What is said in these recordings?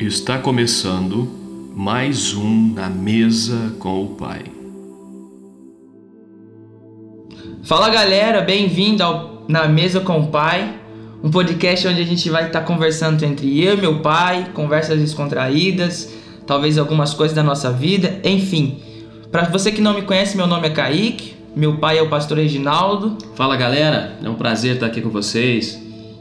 Está começando mais um Na Mesa com o Pai. Fala galera, bem-vindo ao Na Mesa com o Pai, um podcast onde a gente vai estar conversando entre eu e meu pai, conversas descontraídas, talvez algumas coisas da nossa vida, enfim. Para você que não me conhece, meu nome é Kaique, meu pai é o pastor Reginaldo. Fala galera, é um prazer estar aqui com vocês.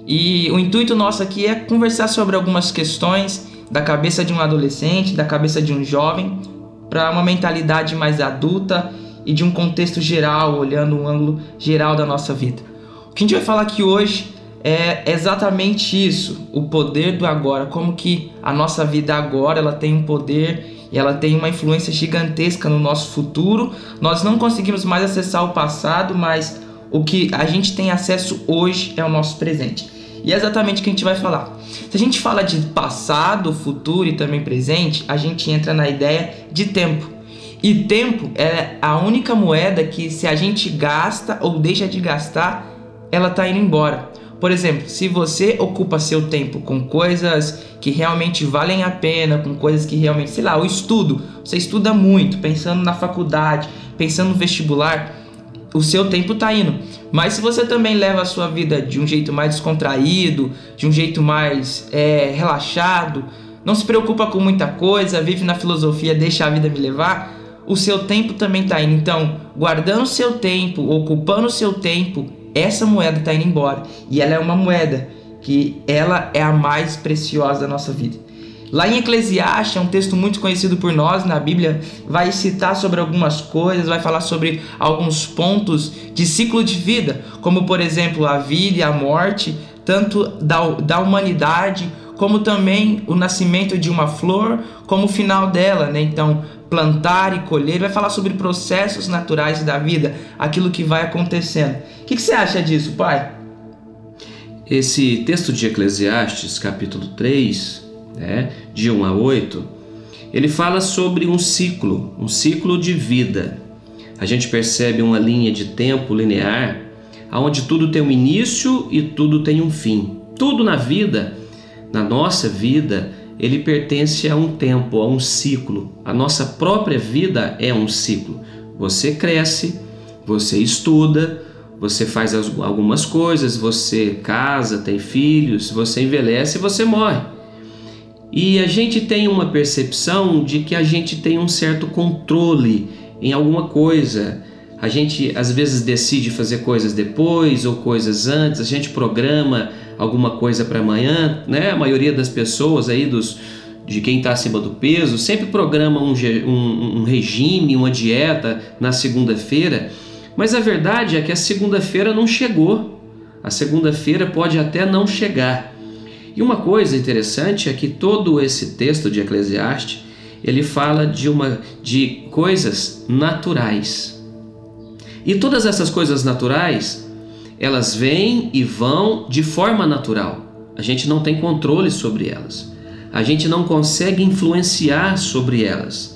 E o intuito nosso aqui é conversar sobre algumas questões da cabeça de um adolescente, da cabeça de um jovem, para uma mentalidade mais adulta e de um contexto geral, olhando um ângulo geral da nossa vida. O que a gente vai falar aqui hoje é exatamente isso, o poder do agora, como que a nossa vida agora ela tem um poder e ela tem uma influência gigantesca no nosso futuro. Nós não conseguimos mais acessar o passado, mas o que a gente tem acesso hoje é o nosso presente. E é exatamente o que a gente vai falar. Se a gente fala de passado, futuro e também presente, a gente entra na ideia de tempo. E tempo é a única moeda que, se a gente gasta ou deixa de gastar, ela está indo embora. Por exemplo, se você ocupa seu tempo com coisas que realmente valem a pena, com coisas que realmente, sei lá, o estudo, você estuda muito, pensando na faculdade, pensando no vestibular, o seu tempo tá indo. Mas se você também leva a sua vida de um jeito mais descontraído, de um jeito mais relaxado, não se preocupa com muita coisa, vive na filosofia, deixa a vida me levar, o seu tempo também tá indo. Então, guardando o seu tempo, ocupando o seu tempo, essa moeda tá indo embora. E ela é uma moeda que ela é a mais preciosa da nossa vida. Lá em Eclesiastes, é um texto muito conhecido por nós na Bíblia, vai citar sobre algumas coisas, vai falar sobre alguns pontos de ciclo de vida, como por exemplo a vida e a morte, tanto da humanidade, como também o nascimento de uma flor, como o final dela, né? Então, plantar e colher, vai falar sobre processos naturais da vida, aquilo que vai acontecendo. O que você acha disso, pai? Esse texto de Eclesiastes, capítulo 3, de 1 a 8, ele fala sobre um ciclo de vida. A gente percebe uma linha de tempo linear, onde tudo tem um início e tudo tem um fim. Tudo na vida, na nossa vida, ele pertence a um tempo, a um ciclo. A nossa própria vida é um ciclo. Você cresce, você estuda, você faz algumas coisas, você casa, tem filhos, você envelhece e você morre. E a gente tem uma percepção de que a gente tem um certo controle em alguma coisa. A gente às vezes decide fazer coisas depois ou coisas antes, a gente programa alguma coisa para amanhã, né? A maioria das pessoas aí, de quem está acima do peso, sempre programa um regime, uma dieta na segunda-feira, mas a verdade é que a segunda-feira não chegou. A segunda-feira pode até não chegar. E uma coisa interessante é que todo esse texto de Eclesiastes, ele fala de coisas naturais. E todas essas coisas naturais, elas vêm e vão de forma natural. A gente não tem controle sobre elas. A gente não consegue influenciar sobre elas.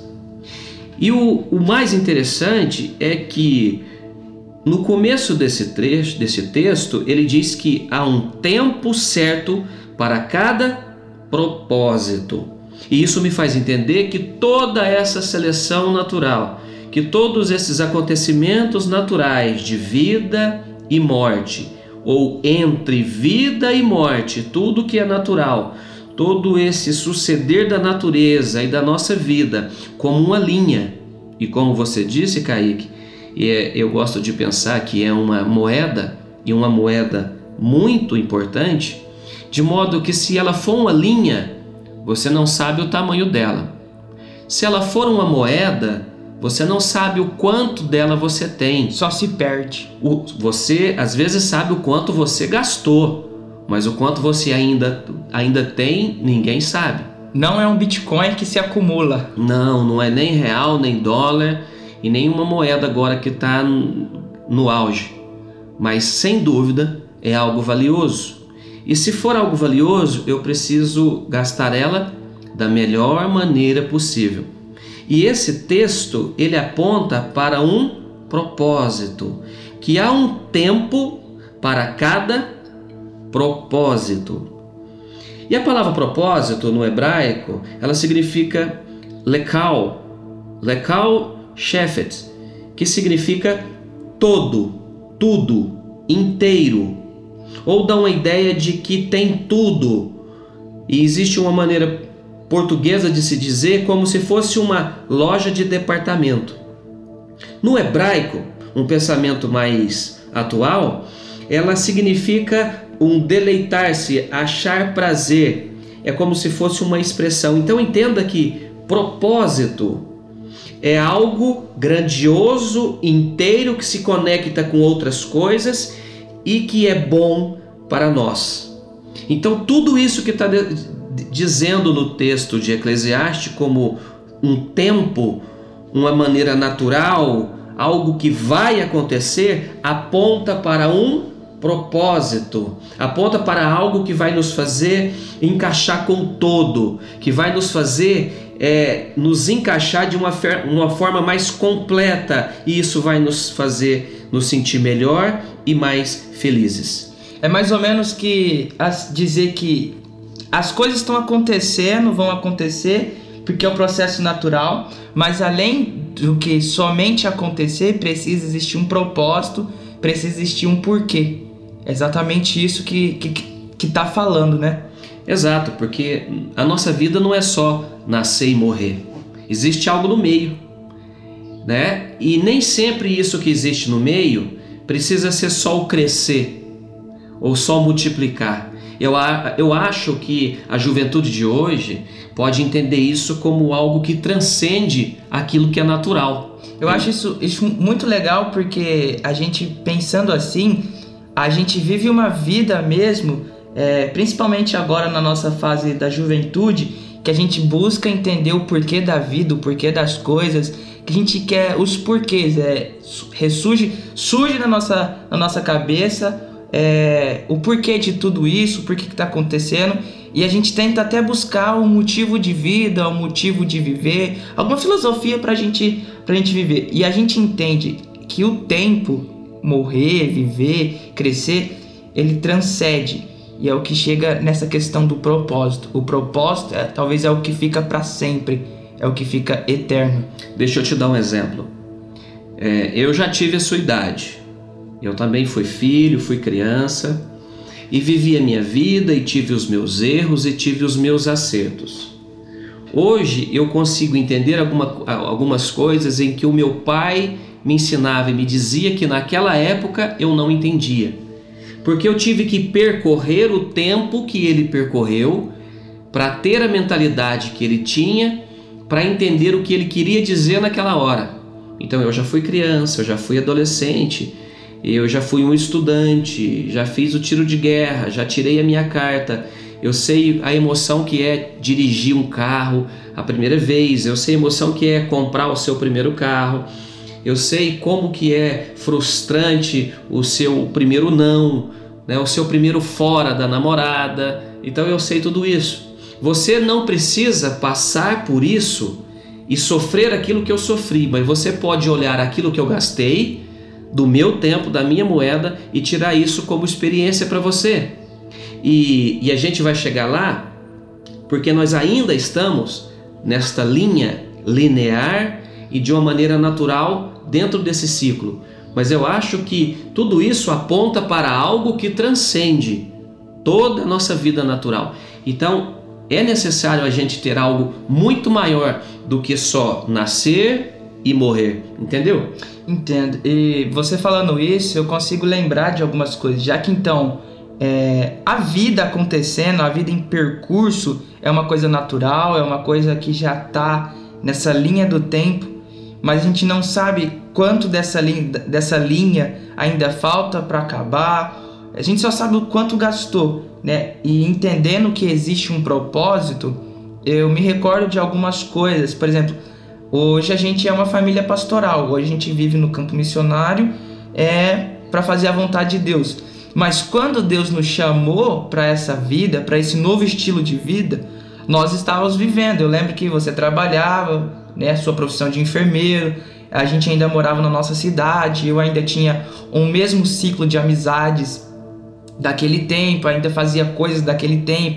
E o mais interessante é que no começo desse texto, ele diz que há um tempo certo para cada propósito. E isso me faz entender que toda essa seleção natural, que todos esses acontecimentos naturais de vida e morte, ou entre vida e morte, tudo que é natural, todo esse suceder da natureza e da nossa vida como uma linha, e como você disse, Kaique, eu gosto de pensar que é uma moeda, e uma moeda muito importante, de modo que se ela for uma linha, você não sabe o tamanho dela. Se ela for uma moeda, você não sabe o quanto dela você tem. Só se perde. Você às vezes sabe o quanto você gastou, mas o quanto você ainda tem, ninguém sabe. Não é um Bitcoin que se acumula. Não é nem real, nem dólar e nenhuma moeda agora que está no auge. Mas sem dúvida é algo valioso. E se for algo valioso, eu preciso gastar ela da melhor maneira possível. E esse texto, ele aponta para um propósito, que há um tempo para cada propósito. E a palavra propósito no hebraico, ela significa lekal shefet, que significa todo, tudo, inteiro, ou dá uma ideia de que tem tudo. E existe uma maneira portuguesa de se dizer como se fosse uma loja de departamento. No hebraico, um pensamento mais atual, ela significa um deleitar-se, achar prazer. É como se fosse uma expressão. Então entenda que propósito é algo grandioso, inteiro, que se conecta com outras coisas e que é bom para nós. Então tudo isso que está dizendo no texto de Eclesiastes como um tempo, uma maneira natural, algo que vai acontecer, aponta para um propósito, aponta para algo que vai nos fazer encaixar com o todo, que vai nos fazer nos encaixar de uma forma mais completa, e isso vai nos fazer nos sentir melhor e mais felizes. É mais ou menos que dizer que as coisas estão acontecendo, vão acontecer, porque é um processo natural, mas além do que somente acontecer, precisa existir um propósito, precisa existir um porquê. É exatamente isso que está falando, né? Exato, porque a nossa vida não é só nascer e morrer. Existe algo no meio, né? E nem sempre isso que existe no meio precisa ser só o crescer ou só multiplicar. Eu acho que a juventude de hoje pode entender isso como algo que transcende aquilo que é natural. Eu acho isso muito legal, porque a gente, pensando assim, a gente vive uma vida mesmo, principalmente agora na nossa fase da juventude, que a gente busca entender o porquê da vida, o porquê das coisas, que a gente quer os porquês, surge na nossa cabeça o porquê de tudo isso, o porquê que está acontecendo, e a gente tenta até buscar um motivo de vida, um motivo de viver, alguma filosofia pra gente viver. E a gente entende que o tempo, morrer, viver, crescer, ele transcende, e é o que chega nessa questão do propósito. O propósito talvez é o que fica para sempre, é o que fica eterno. Deixa eu te dar um exemplo. Eu já tive a sua idade. Eu também fui filho, fui criança e vivi a minha vida, e tive os meus erros e tive os meus acertos. Hoje eu consigo entender algumas coisas em que o meu pai me ensinava e me dizia que naquela época eu não entendia, porque eu tive que percorrer o tempo que ele percorreu para ter a mentalidade que ele tinha, para entender o que ele queria dizer naquela hora. Então eu já fui criança, eu já fui adolescente, eu já fui um estudante, já fiz o tiro de guerra, já tirei a minha carta. Eu sei a emoção que é dirigir um carro a primeira vez, eu sei a emoção que é comprar o seu primeiro carro, eu sei como que é frustrante o seu primeiro não, né? O seu primeiro fora da namorada. Então eu sei tudo isso. Você não precisa passar por isso e sofrer aquilo que eu sofri, mas você pode olhar aquilo que eu gastei do meu tempo, da minha moeda, e tirar isso como experiência para você. E a gente vai chegar lá porque nós ainda estamos nesta linha linear e de uma maneira natural dentro desse ciclo. Mas eu acho que tudo isso aponta para algo que transcende toda a nossa vida natural. Então é necessário a gente ter algo muito maior do que só nascer e morrer, entendeu? Entendo. E você falando isso, eu consigo lembrar de algumas coisas, já que então a vida acontecendo, a vida em percurso é uma coisa natural, é uma coisa que já está nessa linha do tempo, mas a gente não sabe quanto dessa linha ainda falta para acabar. A gente só sabe o quanto gastou, né? E entendendo que existe um propósito, eu me recordo de algumas coisas. Por exemplo, hoje a gente é uma família pastoral, hoje a gente vive no campo missionário para fazer a vontade de Deus. Mas quando Deus nos chamou para essa vida, para esse novo estilo de vida, nós estávamos vivendo. Eu lembro que você trabalhava, né, sua profissão de enfermeiro, a gente ainda morava na nossa cidade, eu ainda tinha um mesmo ciclo de amizades daquele tempo, ainda fazia coisas daquele tempo.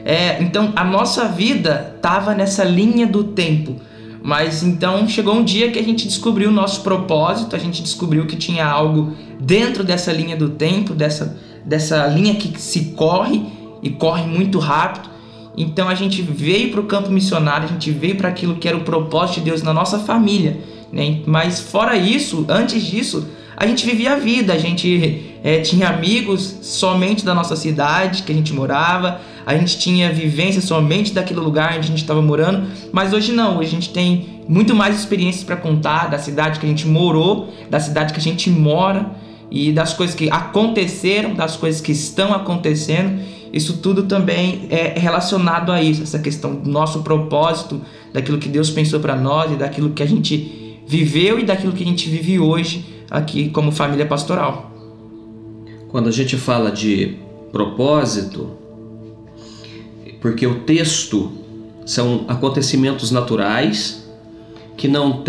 Então a nossa vida estava nessa linha do tempo. Mas então chegou um dia que a gente descobriu o nosso propósito, a gente descobriu que tinha algo dentro dessa linha do tempo, dessa linha que se corre e corre muito rápido. Então a gente veio para o campo missionário, a gente veio para aquilo que era o propósito de Deus na nossa família, né? Mas fora isso, antes disso, a gente vivia a vida, a gente tinha amigos somente da nossa cidade que a gente morava, a gente tinha vivência somente daquele lugar onde a gente estava morando, mas hoje não, hoje a gente tem muito mais experiências para contar da cidade que a gente morou, da cidade que a gente mora e das coisas que aconteceram, das coisas que estão acontecendo. Isso tudo também é relacionado a isso, essa questão do nosso propósito, daquilo que Deus pensou para nós e daquilo que a gente viveu e daquilo que a gente vive hoje aqui como família pastoral. Quando a gente fala de propósito, porque o texto são acontecimentos naturais que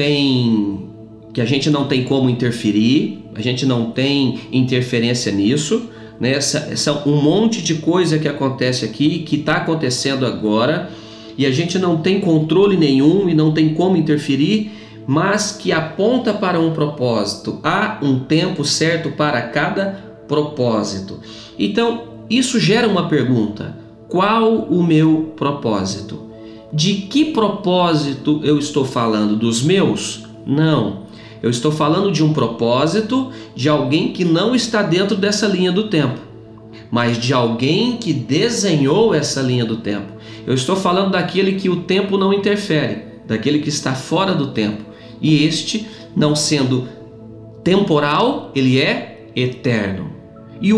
a gente não tem como interferir, a gente não tem interferência nisso, né? São um monte de coisa que acontece aqui, que está acontecendo agora, e a gente não tem controle nenhum e não tem como interferir, mas que aponta para um propósito. Há um tempo certo para cada propósito. Então, isso gera uma pergunta: qual o meu propósito? De que propósito eu estou falando? Dos meus? Não. Eu estou falando de um propósito de alguém que não está dentro dessa linha do tempo, mas de alguém que desenhou essa linha do tempo. Eu estou falando daquele que o tempo não interfere, daquele que está fora do tempo. E este, não sendo temporal, ele é eterno. E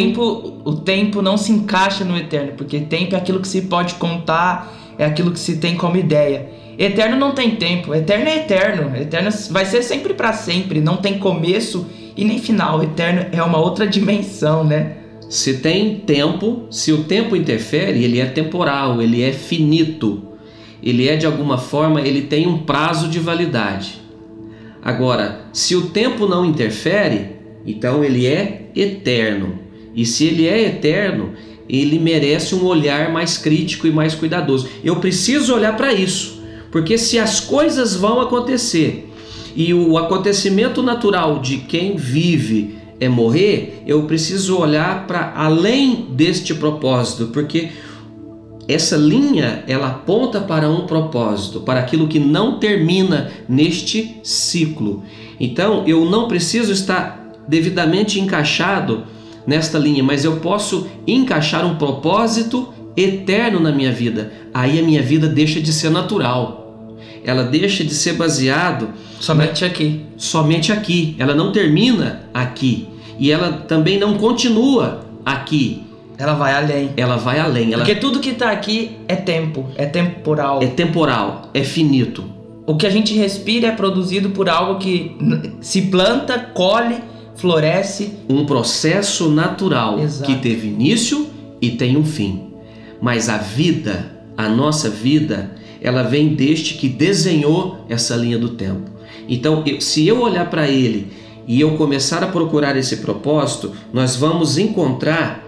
o tempo não se encaixa no eterno, porque tempo é aquilo que se pode contar, é aquilo que se tem como ideia. Eterno não tem tempo, eterno é eterno, eterno vai ser sempre para sempre, não tem começo e nem final. Eterno é uma outra dimensão, né? Se tem tempo, se o tempo interfere, ele é temporal, ele é finito, ele é de alguma forma, ele tem um prazo de validade. Agora, se o tempo não interfere, então ele é eterno. E se ele é eterno, ele merece um olhar mais crítico e mais cuidadoso. Eu preciso olhar para isso, porque se as coisas vão acontecer e o acontecimento natural de quem vive é morrer, eu preciso olhar para além deste propósito, porque essa linha, ela aponta para um propósito, para aquilo que não termina neste ciclo. Então, eu não preciso estar devidamente encaixado nesta linha, mas eu posso encaixar um propósito eterno na minha vida. Aí a minha vida deixa de ser natural. Ela deixa de ser baseado somente aqui. Somente aqui. Ela não termina aqui. E ela também não continua aqui. Ela vai além. Ela vai além. Porque tudo que está aqui é tempo, é temporal. É temporal, é finito. O que a gente respira é produzido por algo que se planta, colhe, floresce. Um processo natural. Exato. Que teve início e tem um fim. Mas a vida, a nossa vida, ela vem deste que desenhou essa linha do tempo. Então, se eu olhar para ele e eu começar a procurar esse propósito, nós vamos encontrar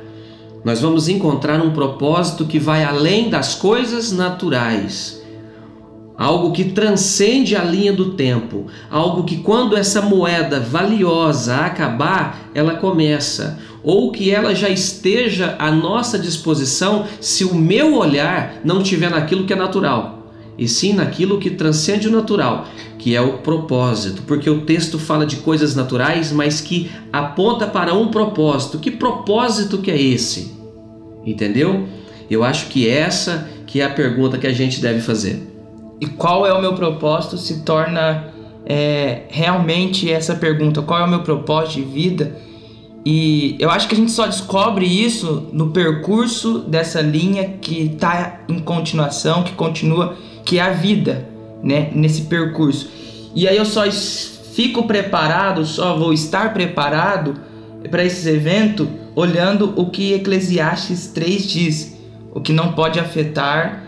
um propósito que vai além das coisas naturais. Algo que transcende a linha do tempo. Algo que quando essa moeda valiosa acabar, ela começa. Ou que ela já esteja à nossa disposição se o meu olhar não estiver naquilo que é natural. E sim naquilo que transcende o natural, que é o propósito. Porque o texto fala de coisas naturais, mas que aponta para um propósito. Que propósito que é esse? Entendeu? Eu acho que essa que é a pergunta que a gente deve fazer. E qual é o meu propósito se torna realmente essa pergunta. Qual é o meu propósito de vida? E eu acho que a gente só descobre isso no percurso dessa linha que está em continuação, que continua, que é a vida, né? Nesse percurso. E aí eu só fico preparado, só vou estar preparado para esse evento olhando o que Eclesiastes 3 diz. O que não pode afetar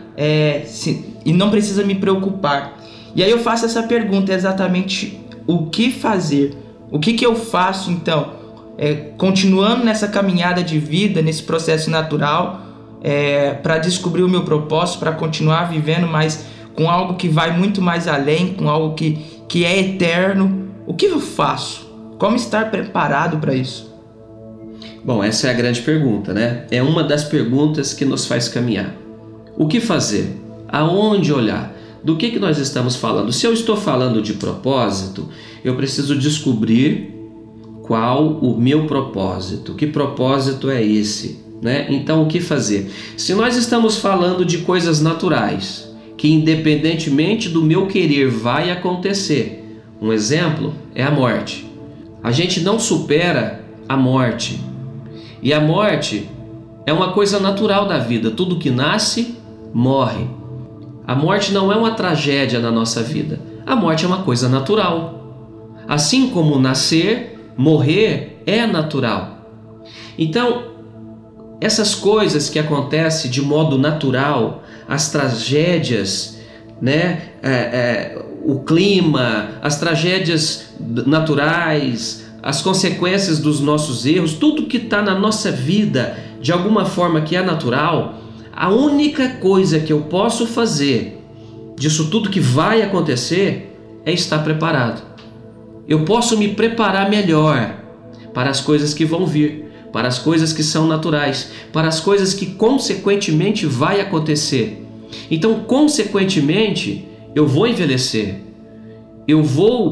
e não precisa me preocupar. E aí eu faço essa pergunta exatamente: o que fazer? O que eu faço então? Continuando nessa caminhada de vida, nesse processo natural, para descobrir o meu propósito, para continuar vivendo, mas com algo que vai muito mais além, com algo que é eterno. O que eu faço? Como estar preparado para isso? Bom, essa é a grande pergunta, né? É uma das perguntas que nos faz caminhar. O que fazer? Aonde olhar? Do que nós estamos falando? Se eu estou falando de propósito, eu preciso descobrir qual o meu propósito. Que propósito é esse? Né? Então, o que fazer? Se nós estamos falando de coisas naturais, que independentemente do meu querer vai acontecer. Um exemplo é a morte. A gente não supera a morte. E a morte é uma coisa natural da vida. Tudo que nasce, morre. A morte não é uma tragédia na nossa vida. A morte é uma coisa natural. Assim como nascer, morrer é natural. Então, essas coisas que acontecem de modo natural, as tragédias, né? O clima, as tragédias naturais, as consequências dos nossos erros, tudo que está na nossa vida, de alguma forma que é natural, a única coisa que eu posso fazer disso tudo que vai acontecer é estar preparado. Eu posso me preparar melhor para as coisas que vão vir, para as coisas que são naturais, para as coisas que consequentemente vai acontecer. Então, consequentemente, eu vou envelhecer. Eu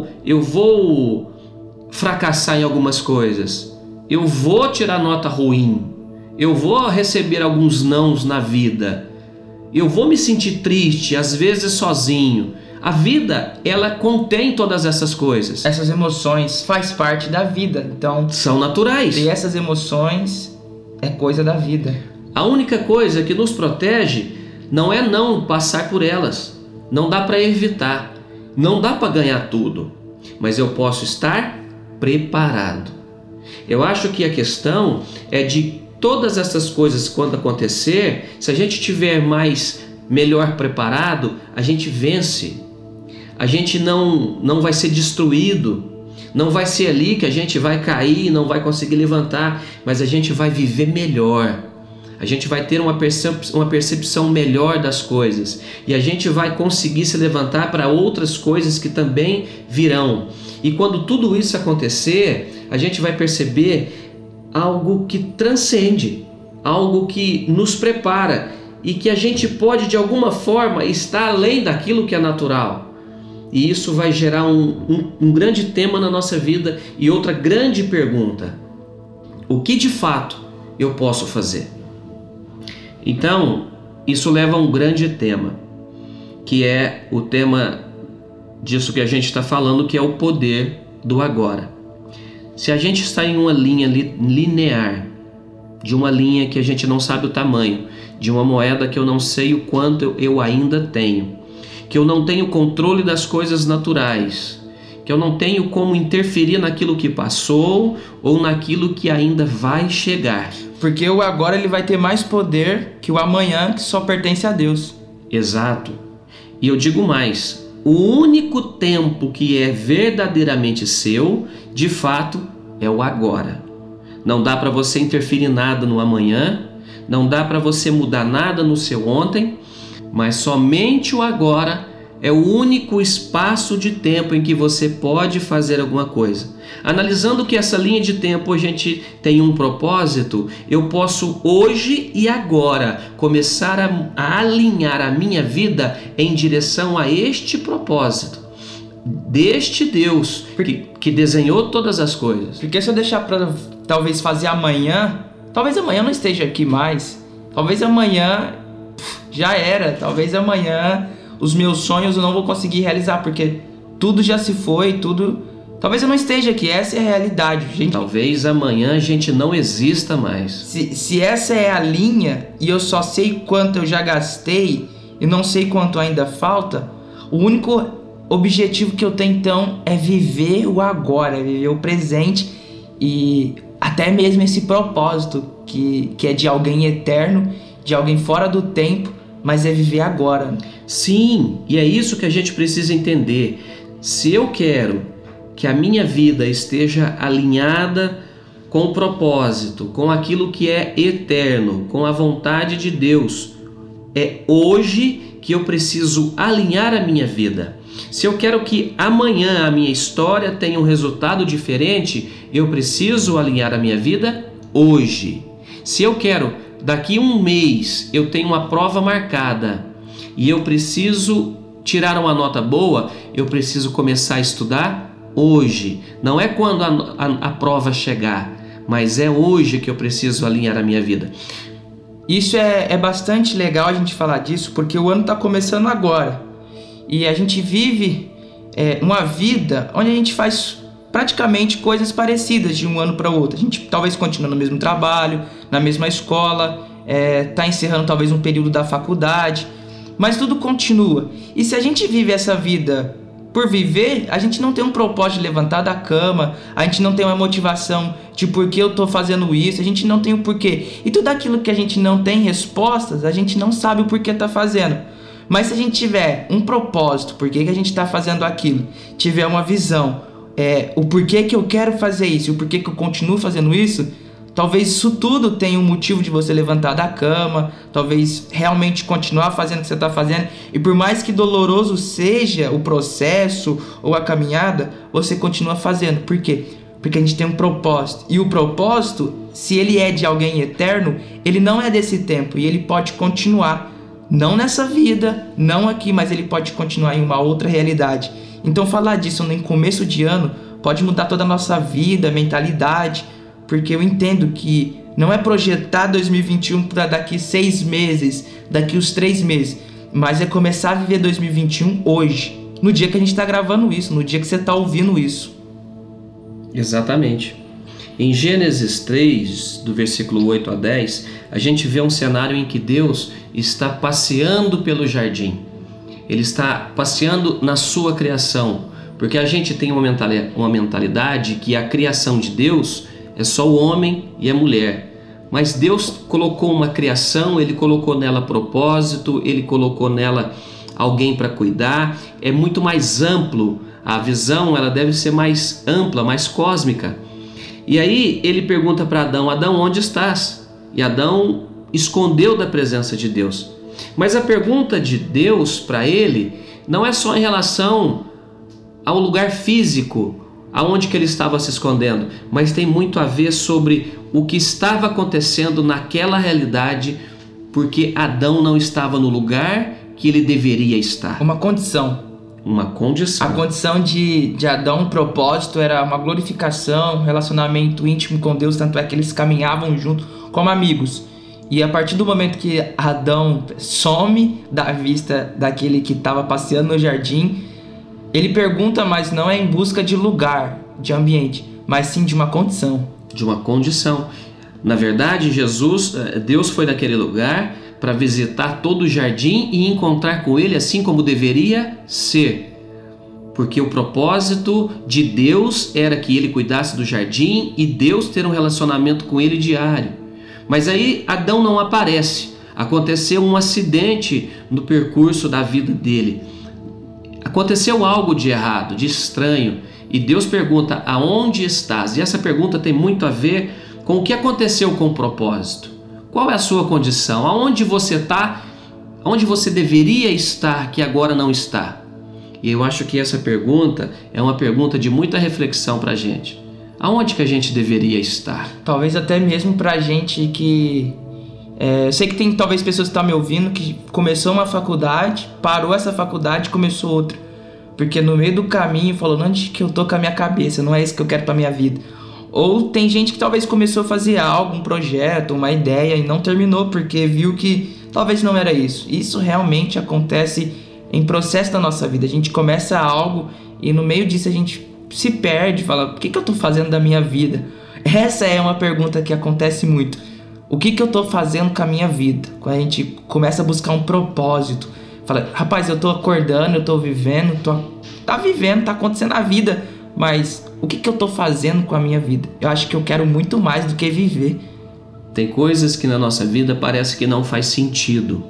vou fracassar em algumas coisas. Eu vou tirar nota ruim. Eu vou receber alguns nãos na vida. Eu vou me sentir triste, às vezes sozinho. A vida, ela contém todas essas coisas. Essas emoções faz parte da vida, então são naturais. E essas emoções é coisa da vida. A única coisa que nos protege não é não passar por elas. Não dá para evitar. Não dá para ganhar tudo. Mas eu posso estar preparado. Eu acho que a questão é de todas essas coisas quando acontecer, se a gente estiver melhor preparado, a gente vence. A gente não vai ser destruído. Não vai ser ali que a gente vai cair, não vai conseguir levantar, mas a gente vai viver melhor. A gente vai ter uma percepção melhor das coisas. E a gente vai conseguir se levantar para outras coisas que também virão. E quando tudo isso acontecer, a gente vai perceber algo que transcende, algo que nos prepara e que a gente pode de alguma forma estar além daquilo que é natural. E isso vai gerar um grande tema na nossa vida e outra grande pergunta: o que de fato eu posso fazer? Então, isso leva a um grande tema, que é o tema disso que a gente está falando, que é o poder do agora. Se a gente está em uma linha linear, de uma linha que a gente não sabe o tamanho, de uma moeda que eu não sei o quanto eu ainda tenho, que eu não tenho controle das coisas naturais, que eu não tenho como interferir naquilo que passou ou naquilo que ainda vai chegar. Porque o agora ele vai ter mais poder que o amanhã, que só pertence a Deus. Exato. E eu digo mais, o único tempo que é verdadeiramente seu, de fato, é o agora. Não dá para você interferir nada no amanhã, não dá para você mudar nada no seu ontem, mas somente o agora é o único espaço de tempo em que você pode fazer alguma coisa. Analisando que essa linha de tempo a gente tem um propósito, eu posso hoje e agora começar a alinhar a minha vida em direção a este propósito, deste Deus que desenhou todas as coisas. Porque se eu deixar para talvez fazer amanhã, talvez amanhã não esteja aqui mais, talvez amanhã já era, talvez amanhã os meus sonhos eu não vou conseguir realizar, porque tudo já se foi, talvez eu não esteja aqui, essa é a realidade, gente. Talvez amanhã a gente não exista mais. Se essa é a linha e eu só sei quanto eu já gastei e não sei quanto ainda falta, o único objetivo que eu tenho então é viver o agora, é viver o presente e até mesmo esse propósito que é de alguém eterno, de alguém fora do tempo, mas é viver agora. Sim, e é isso que a gente precisa entender. Se eu quero que a minha vida esteja alinhada com o propósito, com aquilo que é eterno, com a vontade de Deus, é hoje que eu preciso alinhar a minha vida. Se eu quero que amanhã a minha história tenha um resultado diferente, eu preciso alinhar a minha vida hoje. Se eu quero, daqui a um mês, eu tenho uma prova marcada e eu preciso tirar uma nota boa, eu preciso começar a estudar hoje. Não é quando a prova chegar, mas é hoje que eu preciso alinhar a minha vida. Isso é bastante legal a gente falar disso, porque o ano está começando agora. E a gente vive uma vida onde a gente faz praticamente coisas parecidas de um ano para o outro. A gente talvez continue no mesmo trabalho, na mesma escola, está encerrando talvez um período da faculdade, mas tudo continua. E se a gente vive essa vida por viver, a gente não tem um propósito de levantar da cama, a gente não tem uma motivação de por que eu estou fazendo isso, a gente não tem o porquê. E tudo aquilo que a gente não tem respostas, a gente não sabe o porquê está fazendo. Mas se a gente tiver um propósito, por que a gente está fazendo aquilo, tiver uma visão, o porquê que eu quero fazer isso, o porquê que eu continuo fazendo isso, talvez isso tudo tenha um motivo de você levantar da cama, talvez realmente continuar fazendo o que você está fazendo. E por mais que doloroso seja o processo ou a caminhada, você continua fazendo. Por quê? Porque a gente tem um propósito. E o propósito, se ele é de alguém eterno, ele não é desse tempo e ele pode continuar. Não nessa vida, não aqui, mas ele pode continuar em uma outra realidade. Então falar disso no começo de ano pode mudar toda a nossa vida, mentalidade, porque eu entendo que não é projetar 2021 para daqui 6 meses, daqui os 3 meses, mas é começar a viver 2021 hoje, no dia que a gente está gravando isso, no dia que você está ouvindo isso. Exatamente. Em Gênesis 3, do versículo 8 a 10, a gente vê um cenário em que Deus está passeando pelo jardim. Ele está passeando na sua criação, porque a gente tem uma mentalidade que a criação de Deus é só o homem e a mulher. Mas Deus colocou uma criação, Ele colocou nela propósito, Ele colocou nela alguém para cuidar. É muito mais amplo, a visão ela deve ser mais ampla, mais cósmica. E aí ele pergunta para Adão: Adão, onde estás? E Adão escondeu da presença de Deus. Mas a pergunta de Deus para ele não é só em relação ao lugar físico, aonde que ele estava se escondendo, mas tem muito a ver sobre o que estava acontecendo naquela realidade, porque Adão não estava no lugar que ele deveria estar. Uma condição. A condição de Adão, o propósito era uma glorificação, um relacionamento íntimo com Deus, tanto é que eles caminhavam junto como amigos. E a partir do momento que Adão some da vista daquele que estava passeando no jardim, ele pergunta, mas não é em busca de lugar, de ambiente, mas sim de uma condição. De uma condição. Na verdade, Deus foi naquele lugar para visitar todo o jardim e encontrar com ele assim como deveria ser. Porque o propósito de Deus era que ele cuidasse do jardim e Deus ter um relacionamento com ele diário. Mas aí Adão não aparece. Aconteceu um acidente no percurso da vida dele. Aconteceu algo de errado, de estranho. E Deus pergunta: aonde estás? E essa pergunta tem muito a ver com o que aconteceu com o propósito. Qual é a sua condição? Aonde você está? Aonde você deveria estar que agora não está? E eu acho que essa pergunta é uma pergunta de muita reflexão para a gente. Aonde que a gente deveria estar? Talvez até mesmo para a gente que... eu sei que tem talvez pessoas que estão me ouvindo que começou uma faculdade, parou essa faculdade e começou outra. Porque no meio do caminho falou: onde que eu tô com a minha cabeça? Não é isso que eu quero para minha vida. Ou tem gente que talvez começou a fazer algo, um projeto, uma ideia e não terminou porque viu que talvez não era isso. Isso realmente acontece em processo da nossa vida. A gente começa algo e no meio disso a gente se perde, fala: o que eu estou fazendo da minha vida? Essa é uma pergunta que acontece muito. O que eu estou fazendo com a minha vida? Quando a gente começa a buscar um propósito, fala: rapaz, eu estou acordando, eu estou vivendo, tá vivendo, tá acontecendo a vida, mas o que eu estou fazendo com a minha vida? Eu acho que eu quero muito mais do que viver. Tem coisas que na nossa vida parece que não faz sentido.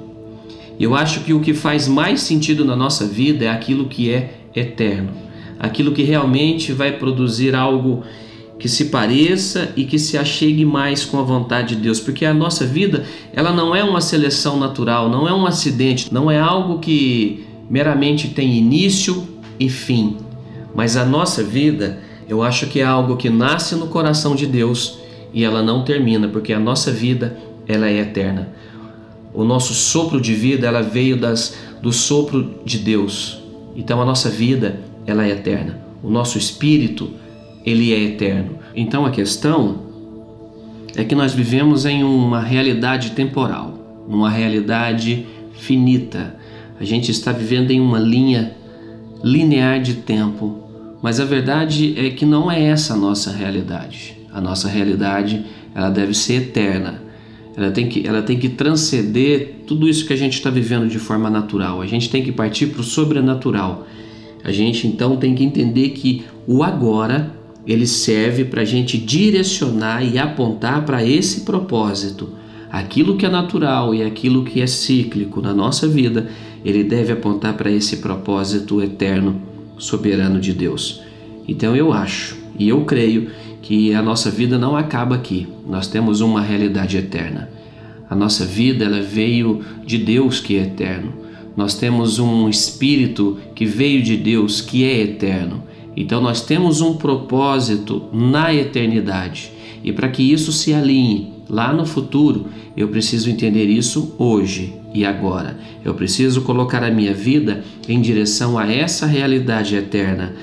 Eu acho que o que faz mais sentido na nossa vida é aquilo que é eterno. Aquilo que realmente vai produzir algo que se pareça e que se achegue mais com a vontade de Deus, porque a nossa vida, ela não é uma seleção natural, não é um acidente, não é algo que meramente tem início e fim, mas a nossa vida, eu acho que é algo que nasce no coração de Deus e ela não termina, porque a nossa vida, ela é eterna. O nosso sopro de vida, ela veio do sopro de Deus. Então a nossa vida, ela é eterna. O nosso espírito, ele é eterno. Então a questão é que nós vivemos em uma realidade temporal, numa realidade finita. A gente está vivendo em uma linha linear de tempo, mas a verdade é que não é essa a nossa realidade. A nossa realidade, ela deve ser eterna. Ela tem que transcender tudo isso que a gente está vivendo de forma natural. A gente tem que partir para o sobrenatural. A gente então tem que entender que o agora, ele serve para a gente direcionar e apontar para esse propósito. Aquilo que é natural e aquilo que é cíclico na nossa vida, ele deve apontar para esse propósito eterno, soberano de Deus. Então eu acho e eu creio que a nossa vida não acaba aqui. Nós temos uma realidade eterna. A nossa vida, ela veio de Deus, que é eterno. Nós temos um espírito que veio de Deus, que é eterno. Então nós temos um propósito na eternidade. E para que isso se alinhe lá no futuro, eu preciso entender isso hoje e agora. Eu preciso colocar a minha vida em direção a essa realidade eterna,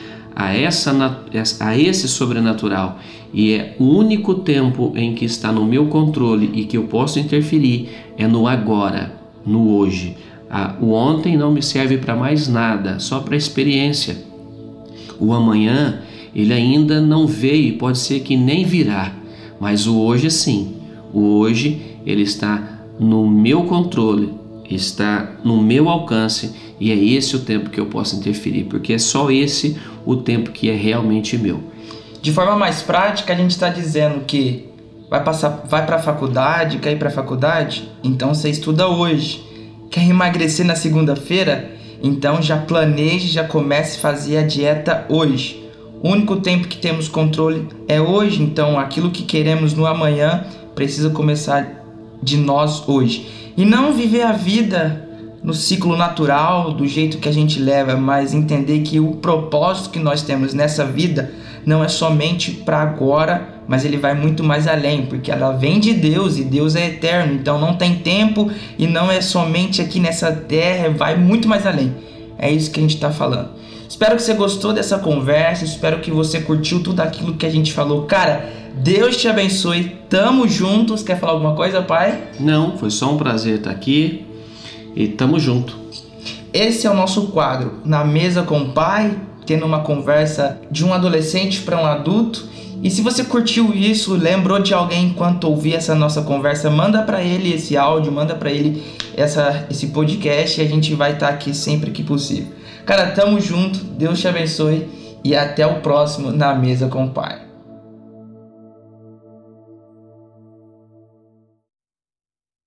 a esse sobrenatural, e é o único tempo em que está no meu controle e que eu posso interferir é no agora, no hoje. O ontem não me serve para mais nada, só para experiência. O amanhã, ele ainda não veio e pode ser que nem virá, mas o hoje sim. O hoje, ele está no meu controle, está no meu alcance, e é esse o tempo que eu posso interferir, porque é só esse o tempo que é realmente meu. De forma mais prática, a gente está dizendo que vai para a faculdade, quer ir para a faculdade? Então você estuda hoje. Quer emagrecer na segunda-feira? Então já planeje, já comece a fazer a dieta hoje. O único tempo que temos controle é hoje, então aquilo que queremos no amanhã precisa começar de nós hoje. E não viver a vida no ciclo natural, do jeito que a gente leva, mas entender que o propósito que nós temos nessa vida não é somente para agora, mas ele vai muito mais além, porque ela vem de Deus e Deus é eterno, então não tem tempo e não é somente aqui nessa terra, vai muito mais além. É isso que a gente está falando. Espero que você gostou dessa conversa, espero que você curtiu tudo aquilo que a gente falou. Cara, Deus te abençoe, tamo juntos. Quer falar alguma coisa, pai? Não, foi só um prazer estar aqui e tamo junto. Esse é o nosso quadro, Na Mesa com o Pai, tendo uma conversa de um adolescente para um adulto. E se você curtiu isso, lembrou de alguém enquanto ouvir essa nossa conversa, manda para ele esse áudio, manda para ele esse podcast e a gente vai estar aqui sempre que possível. Cara, tamo junto, Deus te abençoe e até o próximo Na Mesa com o Pai.